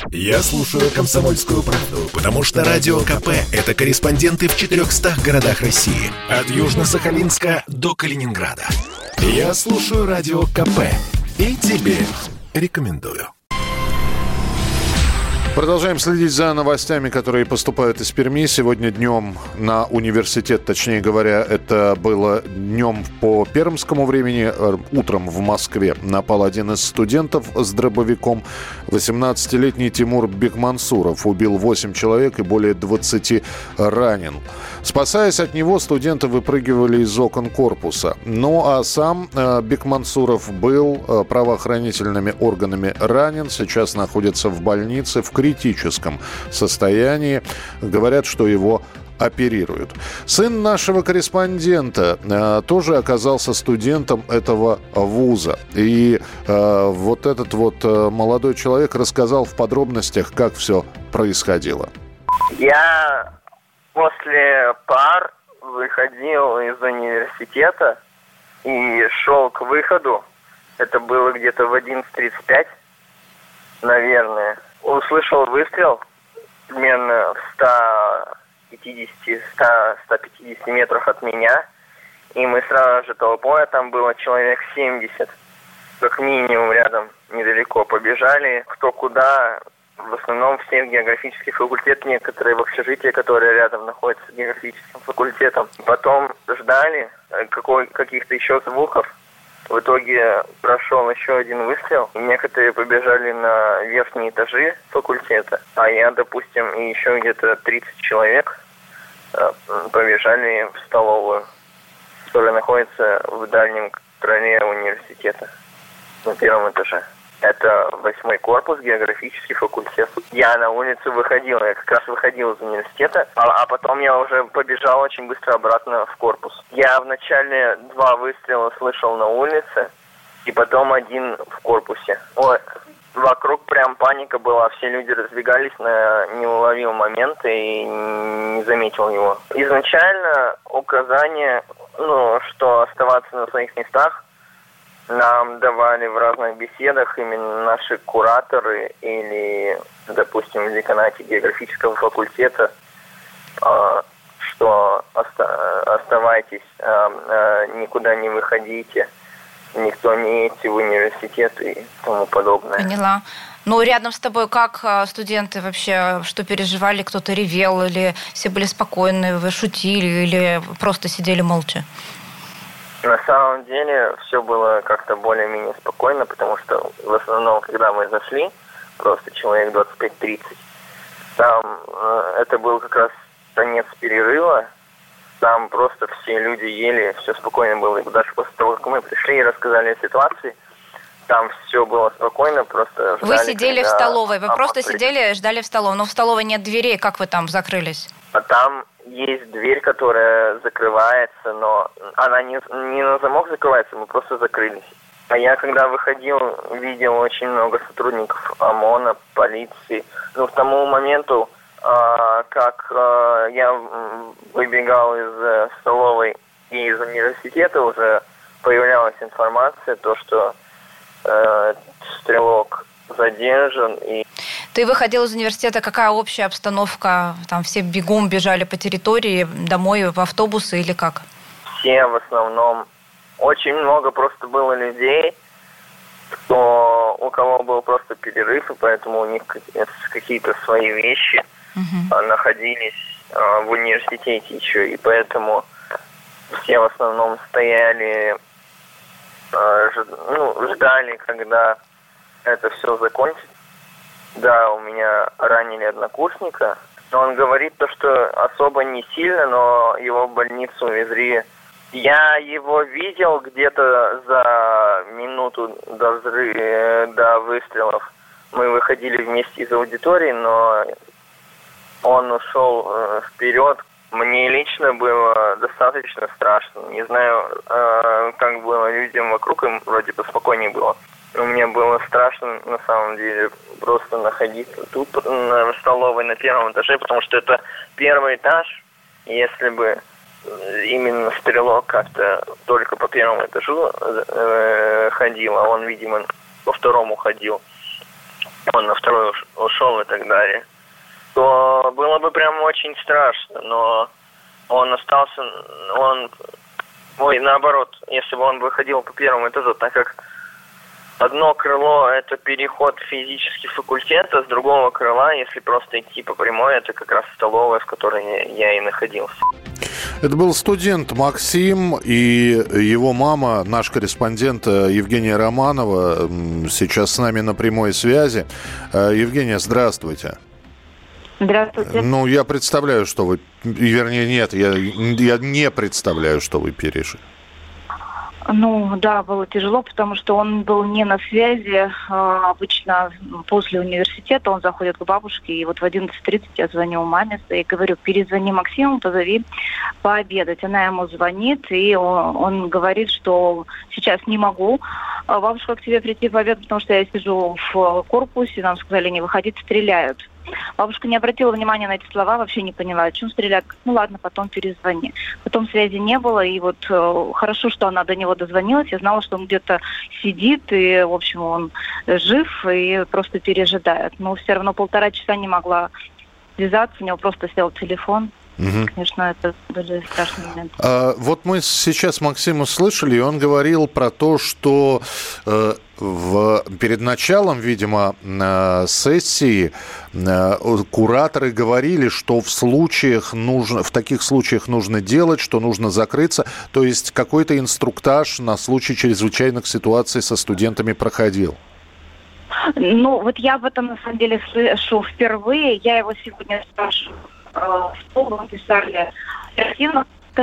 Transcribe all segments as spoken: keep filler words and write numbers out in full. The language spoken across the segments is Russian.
Я слушаю «Комсомольскую правду», потому что Радио КП – это корреспонденты в четырехстах городах России. От Южно-Сахалинска до Калининграда. Я слушаю Радио КП и тебе рекомендую. Продолжаем следить за новостями, которые поступают из Перми. Сегодня днем на университет, точнее говоря, это было днем по пермскому времени, утром в Москве напал один из студентов с дробовиком. восемнадцатилетний Тимур Бекмансуров убил восемь человек и более двадцати ранен. Спасаясь от него, студенты выпрыгивали из окон корпуса. Ну а сам э, Бекмансуров был э, правоохранительными органами ранен, сейчас находится в больнице в критическом состоянии. Говорят, что его оперируют. Сын нашего корреспондента э, тоже оказался студентом этого вуза. И э, вот этот вот э, молодой человек рассказал в подробностях, как все происходило. Я после пар выходил из университета и шел к выходу. Это было где-то в одиннадцать тридцать пять, наверное. Услышал выстрел примерно в ста пятидесяти - ста пятидесяти метрах от меня. И мы сразу же толпой, там было человек семьдесят, как минимум рядом, недалеко побежали. Кто куда, в основном все географический факультет, некоторые в общежитии, которые рядом находятся с географическим факультетом. Потом ждали какой, каких-то еще звуков. В итоге прошел еще один выстрел. Некоторые побежали на верхние этажи факультета, а я, допустим, и еще где-то тридцать человек побежали в столовую, которая находится в дальнем крыле университета на первом этаже. Это восьмой корпус, географический факультет. Я на улицу выходил, я как раз выходил из университета, а, а потом я уже побежал очень быстро обратно в корпус. Я вначале два выстрела слышал на улице, и потом один в корпусе. Ой, вокруг прям паника была, все люди разбегались, на не уловил момент и не заметил его. Изначально указание, ну, что оставаться на своих местах, нам давали в разных беседах именно наши кураторы или, допустим, в деканате географического факультета, что оставайтесь, никуда не выходите, никто не едьте в университет и тому подобное. Поняла. Ну, рядом с тобой как студенты вообще, что переживали? Кто-то ревел или все были спокойны, вы шутили или просто сидели молча? На самом деле все было как-то более-менее спокойно, потому что в основном, когда мы зашли, просто человек двадцать пять тридцать, там э, это был как раз конец перерыва, там просто все люди ели, все спокойно было. И даже после того, как мы пришли и рассказали о ситуации, там все было спокойно, просто ждали. Вы сидели когда... в столовой, вы а просто после... сидели, ждали в столовой, но в столовой нет дверей, как вы там закрылись? А там есть дверь, которая закрывается, но она не, не на замок закрывается, мы просто закрылись. А я, когда выходил, видел очень много сотрудников ОМОНа, полиции. Ну, к тому моменту, э, как э, я выбегал из э, столовой и из университета, уже появлялась информация, то, что э, стрелок задержан. И Ты выходил из университета, какая общая обстановка? Там все бегом бежали по территории, домой, в автобусы или как? Все в основном. Очень много просто было людей, кто, у кого был просто перерыв, и поэтому у них какие-то свои вещи uh-huh. находились в университете еще. И поэтому все в основном стояли, ну, ждали, когда это все закончится. Да, у меня ранили однокурсника. Он говорит то, что особо не сильно, но его в больницу увезли. Я его видел где-то за минуту до взрыва, до выстрелов. Мы выходили вместе из аудитории, но он ушел э, вперед. Мне лично было достаточно страшно. Не знаю, э, как было людям вокруг, им вроде поспокойнее было. Но мне было страшно, на самом деле, просто находиться тут, в столовой на первом этаже, потому что это первый этаж. Если бы именно стрелок как-то только по первому этажу э, ходил, а он, видимо, по второму ходил, он на второй ушел и так далее, то было бы прям очень страшно, но он остался, он, ой, наоборот, если бы он выходил по первому этажу, так как одно крыло – это переход физически факультета, с другого крыла, если просто идти по прямой, это как раз столовая, в которой я и находился. Это был студент Максим и его мама, наш корреспондент Евгения Романова, сейчас с нами на прямой связи. Евгения, здравствуйте. Здравствуйте. Ну, я представляю, что вы... Вернее, нет, я, я не представляю, что вы пережили. Ну, да, было тяжело, потому что он был не на связи. Обычно после университета он заходит к бабушке, и вот в одиннадцать тридцать я звоню маме и говорю: перезвони Максиму, позови пообедать. Она ему звонит, и он, он говорит, что сейчас не могу, бабушка, к тебе прийти пообедать, потому что я сижу в корпусе, нам сказали не выходить, стреляют. Бабушка не обратила внимания на эти слова, вообще не поняла, о чем стреляют. Ну ладно, потом перезвони. Потом связи не было, и вот э, хорошо, что она до него дозвонилась. Я знала, что он где-то сидит, и, в общем, он жив и просто пережидает. Но все равно полтора часа не могла связаться, у него просто сел телефон. Угу. Конечно, это были страшные моменты. А, вот мы сейчас Максима слышали, и он говорил про то, что э, в, перед началом, видимо, э, сессии э, кураторы говорили, что в случаях нужно, в таких случаях нужно делать, что нужно закрыться. То есть какой-то инструктаж на случай чрезвычайных ситуаций со студентами проходил. Ну, вот я об этом, на самом деле, слышу впервые. Я его сегодня спрашиваю. Стол писали оперативно.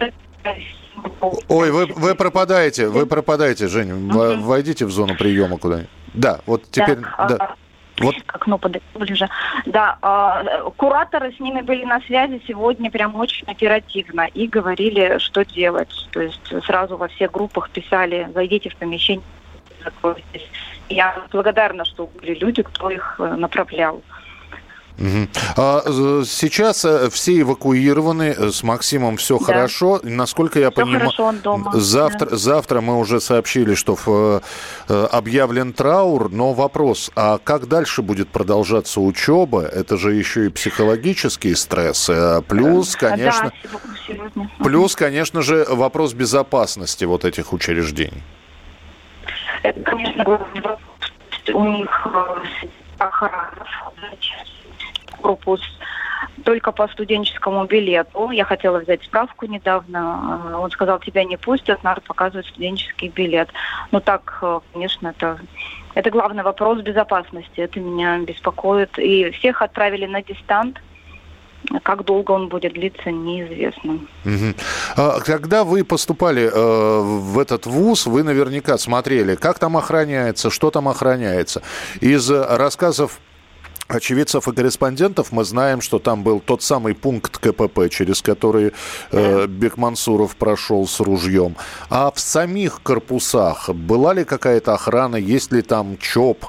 Ой, вы, вы пропадаете, вы пропадаете, Женя. Uh-huh. Войдите в зону приема куда-нибудь. Да, вот теперь... Да, да. А, вот. К окну ближе. Да, а, кураторы с ними были на связи сегодня прям очень оперативно и говорили, что делать. То есть сразу во всех группах писали: зайдите в помещение, закройтесь. Я благодарна, что были люди, кто их направлял. Угу. А сейчас все эвакуированы, с Максимом все да. хорошо. Насколько я понимаю, завтра, да. завтра мы уже сообщили, что в, объявлен траур, но вопрос, а как дальше будет продолжаться учеба? Это же еще и психологический стресс. Плюс, конечно, да, сегодня. Плюс, конечно же, вопрос безопасности вот этих учреждений. Это, конечно, главный вопрос. У них охрана, корпус только по студенческому билету. Я хотела взять справку недавно. Он сказал: тебя не пустят, надо показывать студенческий билет. Ну так, конечно, это, это главный вопрос безопасности. Это меня беспокоит. И всех отправили на дистант. Как долго он будет длиться, неизвестно. Угу. А, когда вы поступали э, в этот вуз, вы наверняка смотрели, как там охраняется, что там охраняется. Из рассказов очевидцев и корреспондентов мы знаем, что там был тот самый пункт ка пэ пэ, через который э, Бекмансуров прошел с ружьем. А в самих корпусах была ли какая-то охрана, есть ли там ЧОП?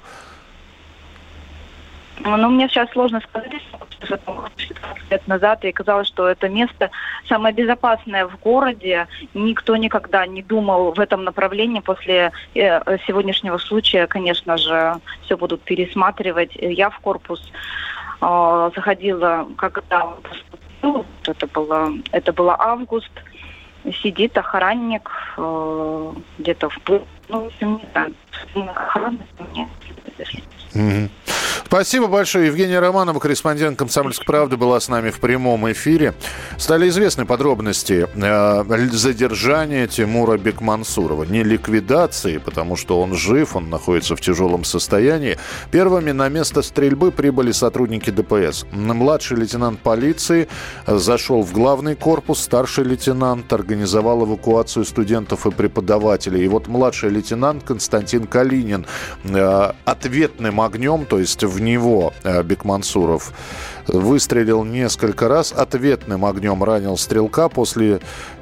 Ну, мне сейчас сложно сказать, что пятнадцать лет назад, и казалось, что это место самое безопасное в городе. Никто никогда не думал в этом направлении. После э, сегодняшнего случая, конечно же, все будут пересматривать. Я в корпус э, заходила, когда он поступил, это было, это было август. Сидит охранник э, где-то в... Ну, не знаю, охрана нет. Mm-hmm. Спасибо большое. Евгения Романова, корреспондент «Комсомольской правды», была с нами в прямом эфире. Стали известны подробности э, задержания Тимура Бекмансурова. Не ликвидации, потому что он жив, он находится в тяжелом состоянии. Первыми на место стрельбы прибыли сотрудники дэ пэ эс. Младший лейтенант полиции зашел в главный корпус, старший лейтенант организовал эвакуацию студентов и преподавателей. И вот младший лейтенант Константин Калинин э, ответным огнем, то есть в него Бекмансуров выстрелил несколько раз, ответным огнем ранил стрелка, после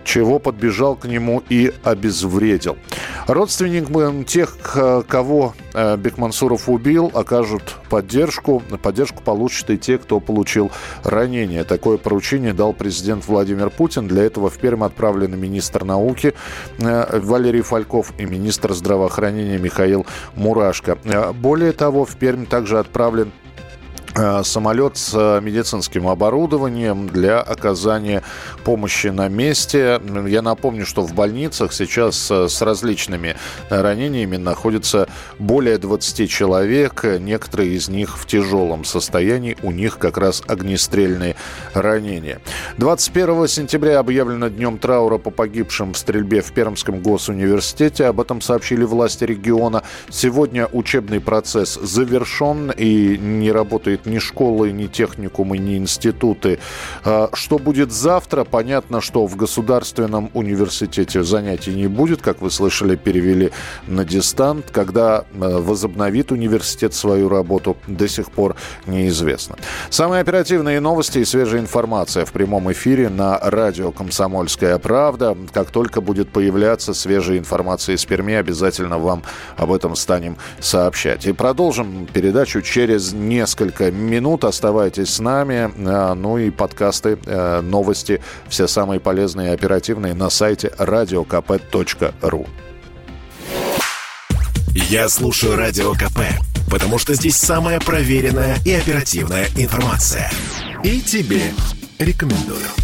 чего подбежал к нему и обезвредил. Родственникам тех, кого Бекмансуров убил, окажут поддержку. Поддержку получат и те, кто получил ранения. Такое поручение дал президент Владимир Путин. Для этого в Пермь отправлены министр науки Валерий Фальков и министр здравоохранения Михаил Мурашко. Более того, в Пермь также отправлен самолет с медицинским оборудованием для оказания помощи на месте. Я напомню, что в больницах сейчас с различными ранениями находится более двадцати человек. Некоторые из них в тяжелом состоянии. У них как раз огнестрельные ранения. двадцать первого сентября объявлено днем траура по погибшим в стрельбе в Пермском госуниверситете. Об этом сообщили власти региона. Сегодня учебный процесс завершен и не работает ни школы, ни техникумы, ни институты. Что будет завтра? Понятно, что в Государственном университете занятий не будет. Как вы слышали, перевели на дистант. Когда возобновит университет свою работу, до сих пор неизвестно. Самые оперативные новости и свежая информация в прямом эфире на радио «Комсомольская правда». Как только будет появляться свежая информация из Перми, обязательно вам об этом станем сообщать. И продолжим передачу через несколько минут. Оставайтесь с нами. Ну и подкасты, новости, все самые полезные и оперативные на сайте радио ка пэ точка ру. Я слушаю Радио КП, потому что здесь самая проверенная и оперативная информация. И тебе рекомендую.